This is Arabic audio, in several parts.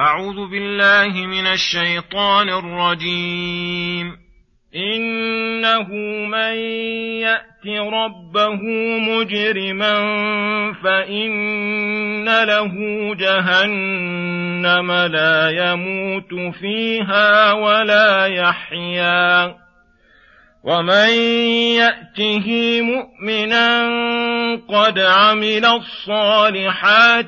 أعوذ بالله من الشيطان الرجيم. إنه من يأت ربه مجرما فإن له جهنم لا يموت فيها ولا يحيا، ومن يأته مؤمنا قد عمل الصالحات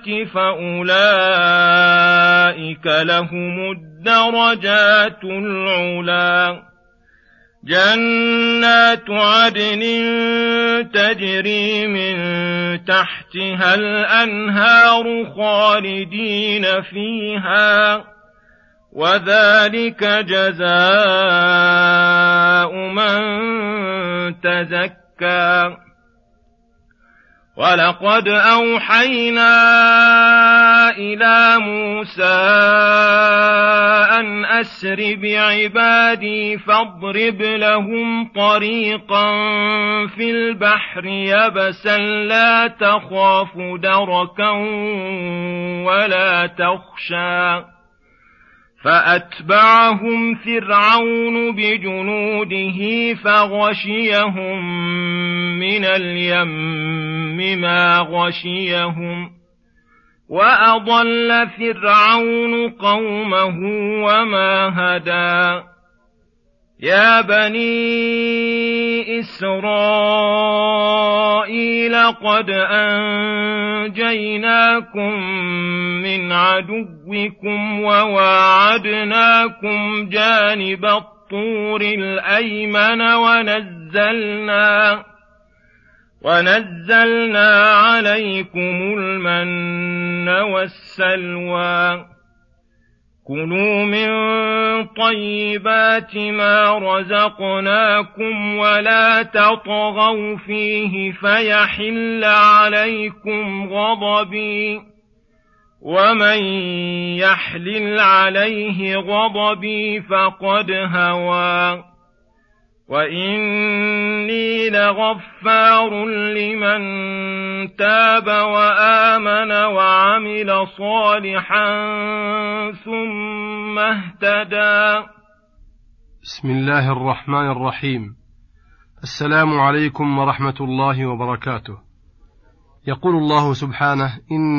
فأولئك لهم الدرجات العلى. جنات عدن تجري من تحتها الأنهار خالدين فيها، وذلك جزاء من تزكى. ولقد أوحينا إلى موسى أن أسر بعبادي فاضرب لهم طريقا في البحر يبسا لا تخاف دركا ولا تخشى. فأتبعهم فرعون بجنوده فغشيهم من اليم ما غشيهم، وأضل فرعون قومه وما هدى. يا بني إسرائيل قد أنجيناكم من عدوكم وواعدناكم جانب الطور الأيمن ونزلنا عليكم المن والسلوى. كلوا من طيبات ما رزقناكم ولا تطغوا فيه فيحل عليكم غضبي، ومن يحلل عليه غضبي فقد هوى. وإني لغفار لمن تاب وآمن وعمل صالحا ثم اهتدى. بسم الله الرحمن الرحيم. السلام عليكم ورحمة الله وبركاته. يقول الله سبحانه: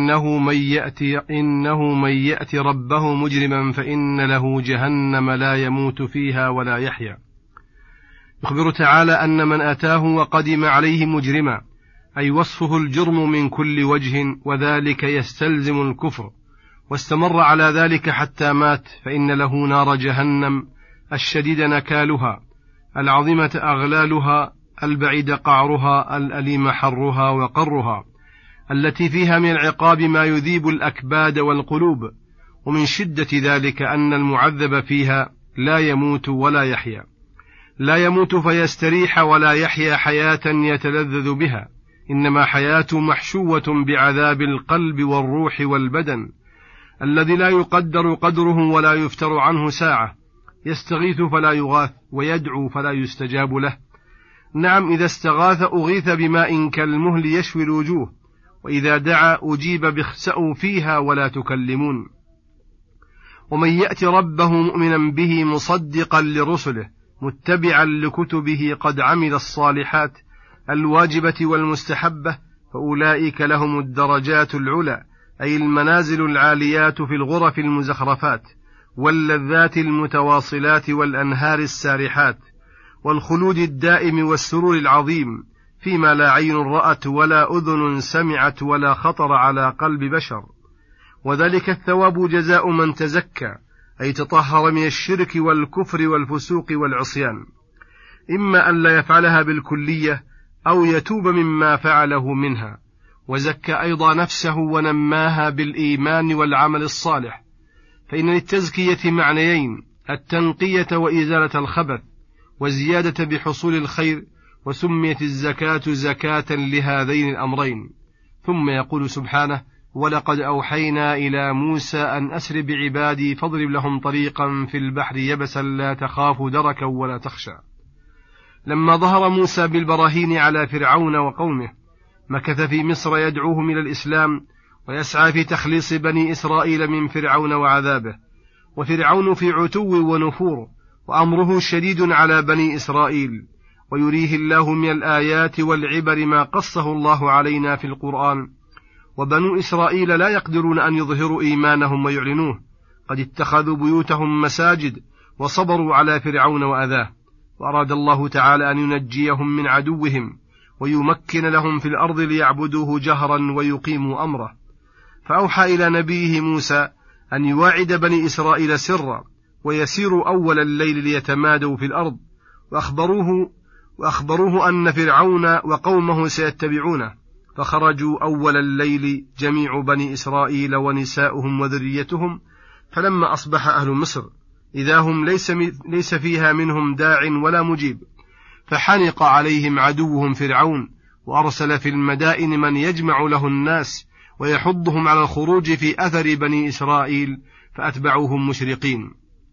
إنه من يأتي ربه مجرما فإن له جهنم لا يموت فيها ولا يحيا. يخبر تعالى أن من أتاه وقدم عليه مجرما، أي وصفه الجرم من كل وجه، وذلك يستلزم الكفر، واستمر على ذلك حتى مات، فإن له نار جهنم الشديد نكالها، العظيمة أغلالها، البعيد قعرها، الأليم حرها وقرها، التي فيها من العقاب ما يذيب الأكباد والقلوب. ومن شدة ذلك أن المعذب فيها لا يموت ولا يحيا، لا يموت فيستريح ولا يحيا حياة يتلذذ بها، إنما حياته محشوة بعذاب القلب والروح والبدن، الذي لا يقدر قدره ولا يفتر عنه ساعة. يستغيث فلا يغاث، ويدعو فلا يستجاب له. نعم، إذا استغاث أغيث بماء كالمهل يشوي الوجوه، وإذا دعا أجيب باخسأوا فيها ولا تكلمون. ومن يأت ربه مؤمنا به مصدقا لرسله متبعا لكتبه قد عمل الصالحات الواجبة والمستحبة فأولئك لهم الدرجات العلى، أي المنازل العاليات في الغرف المزخرفات واللذات المتواصلات والأنهار السارحات والخلود الدائم والسرور العظيم فيما لا عين رأت ولا أذن سمعت ولا خطر على قلب بشر. وذلك الثواب جزاء من تزكى، أي تطهر من الشرك والكفر والفسوق والعصيان، إما أن لا يفعلها بالكلية أو يتوب مما فعله منها، وزكى أيضا نفسه ونماها بالإيمان والعمل الصالح. فإن للتزكية معنيين: التنقية وإزالة الخبث، وزيادة بحصول الخير، وسميت الزكاة زكاة لهذين الأمرين. ثم يقول سبحانه: ولقد أوحينا إلى موسى أن أسر بعبادي فاضرب لهم طريقا في البحر يبسا لا تخاف دركا ولا تخشى. لما ظهر موسى بالبراهين على فرعون وقومه مكث في مصر يدعوهم إلى الإسلام ويسعى في تخليص بني إسرائيل من فرعون وعذابه. وفرعون في عتو ونفور، وأمره شديد على بني إسرائيل، ويريه الله من الآيات والعبر ما قصه الله علينا في القرآن. وبنو إسرائيل لا يقدرون أن يظهروا إيمانهم ويعلنوه، قد اتخذوا بيوتهم مساجد وصبروا على فرعون وأذاه. وأراد الله تعالى أن ينجيهم من عدوهم ويمكن لهم في الأرض ليعبدوه جهرا ويقيموا أمره، فأوحى إلى نبيه موسى أن يواعد بني إسرائيل سرا ويسيروا أول الليل ليتمادوا في الأرض، وأخبروه أن فرعون وقومه سيتبعونه، فخرجوا أول الليل جميع بني إسرائيل ونساؤهم وذريتهم. فلما أصبح أهل مصر إذا هم ليس فيها منهم داع ولا مجيب، فحنق عليهم عدوهم فرعون، وأرسل في المدائن من يجمع له الناس ويحضهم على الخروج في أثر بني إسرائيل، فأتبعوهم مشرقين.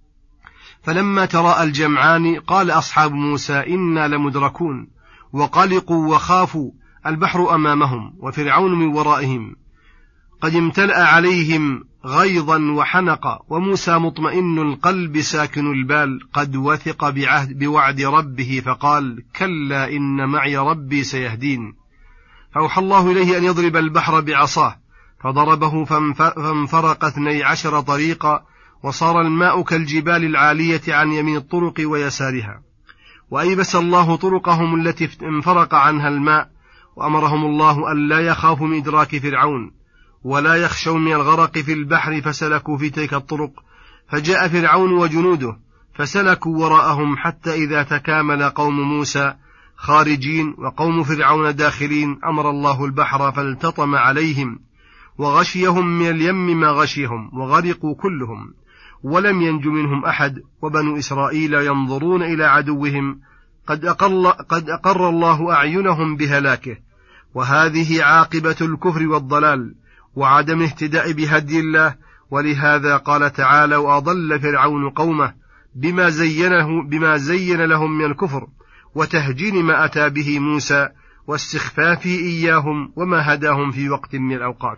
فلما تراءى الجمعان قال أصحاب موسى إنا لمدركون، وقلقوا وخافوا، البحر أمامهم وفرعون من ورائهم، قد امتلأ عليهم غيظا وحنقا، وموسى مطمئن القلب ساكن البال قد وثق بوعد ربه، فقال كلا إن معي ربي سيهدين. فأوحى الله إليه أن يضرب البحر بعصاه، فضربه فانفرق 12 طريقا، وصار الماء كالجبال العالية عن يمين الطرق ويسارها. وأيبس الله طرقهم التي انفرق عنها الماء، وأمرهم الله أن لا يخافوا من إدراك فرعون ولا يخشوا من الغرق في البحر، فسلكوا في تلك الطرق. فجاء فرعون وجنوده فسلكوا وراءهم، حتى إذا تكامل قوم موسى خارجين وقوم فرعون داخلين، أمر الله البحر فالتطم عليهم وغشيهم من اليم ما غشيهم، وغرقوا كلهم ولم ينج منهم أحد. وبنو إسرائيل ينظرون إلى عدوهم قد أقر الله أعينهم بهلاكه. وهذه عاقبة الكفر والضلال وعدم اهتداء بهدي الله. ولهذا قال تعالى وأضل فرعون قومه بما زين لهم من الكفر وتهجين ما أتى به موسى واستخفافه إياهم وما هداهم في وقت من الأوقات.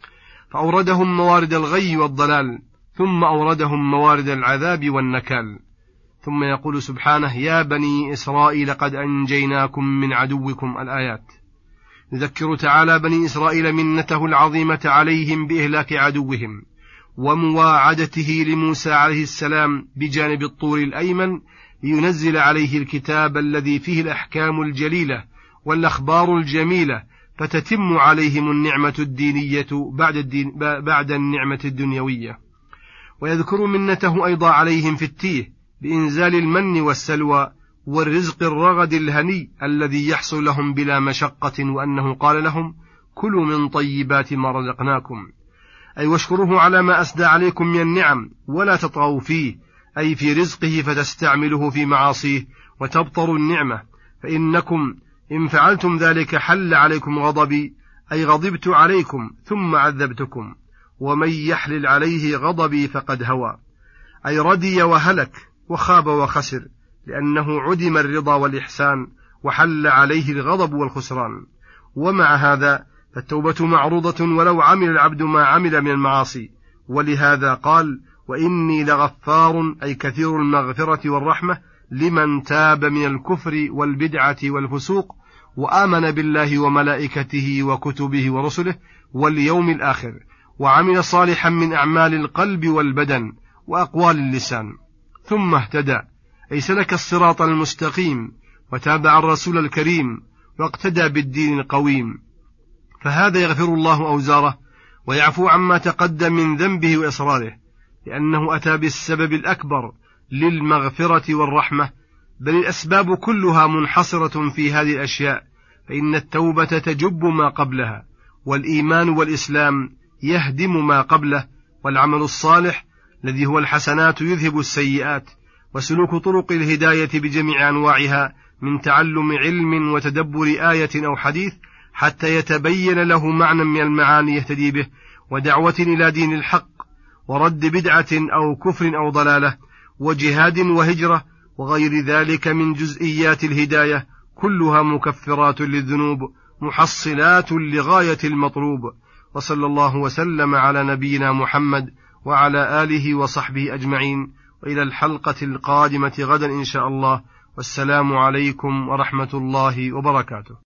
فأوردهم موارد الغي والضلال، ثم أوردهم موارد العذاب والنكال. ثم يقول سبحانه يا بني إسرائيل قد أنجيناكم من عدوكم. الآيات. يذكر تعالى بني إسرائيل منته العظيمة عليهم بإهلاك عدوهم ومواعدته لموسى عليه السلام بجانب الطور الأيمن لينزل عليه الكتاب الذي فيه الأحكام الجليلة والأخبار الجميلة، فتتم عليهم النعمة الدينية بعد النعمة الدنيوية. ويذكر منته أيضا عليهم في التيه بإنزال المن والسلوى والرزق الرغد الهني الذي يحصل لهم بلا مشقة، وأنه قال لهم كلوا من طيبات ما رزقناكم، أي واشكروه على ما أسدى عليكم من النعم ولا تطغوا فيه، أي في رزقه فتستعمله في معاصيه وتبطروا النعمة، فإنكم إن فعلتم ذلك حل عليكم غضبي، أي غضبت عليكم ثم عذبتكم، ومن يحلل عليه غضبي فقد هوى، أي ردي وهلك وخاب وخسر، لأنه عدم الرضا والإحسان وحل عليه الغضب والخسران. ومع هذا فالتوبة معروضة ولو عمل العبد ما عمل من المعاصي، ولهذا قال وإني لغفار، أي كثير المغفرة والرحمة لمن تاب من الكفر والبدعة والفسوق وآمن بالله وملائكته وكتبه ورسله واليوم الآخر، وعمل صالحا من أعمال القلب والبدن وأقوال اللسان، ثم اهتدى، أي سلك الصراط المستقيم وتابع الرسول الكريم واقتدى بالدين القويم، فهذا يغفر الله أوزاره ويعفو عما تقدم من ذنبه وإصراره، لأنه أتى بالسبب الأكبر للمغفرة والرحمة، بل الأسباب كلها منحصرة في هذه الأشياء، فإن التوبة تجب ما قبلها، والإيمان والإسلام يهدم ما قبله، والعمل الصالح الذي هو الحسنات يذهب السيئات، وسلوك طرق الهداية بجميع أنواعها من تعلم علم وتدبر آية أو حديث حتى يتبين له معنى من المعاني يهتدي به، ودعوة إلى دين الحق، ورد بدعة أو كفر أو ضلالة، وجهاد وهجرة وغير ذلك من جزئيات الهداية، كلها مكفرات للذنوب محصلات لغاية المطلوب. وصلى الله وسلم على نبينا محمد وعلى آله وصحبه أجمعين، وإلى الحلقة القادمة غدا إن شاء الله، والسلام عليكم ورحمة الله وبركاته.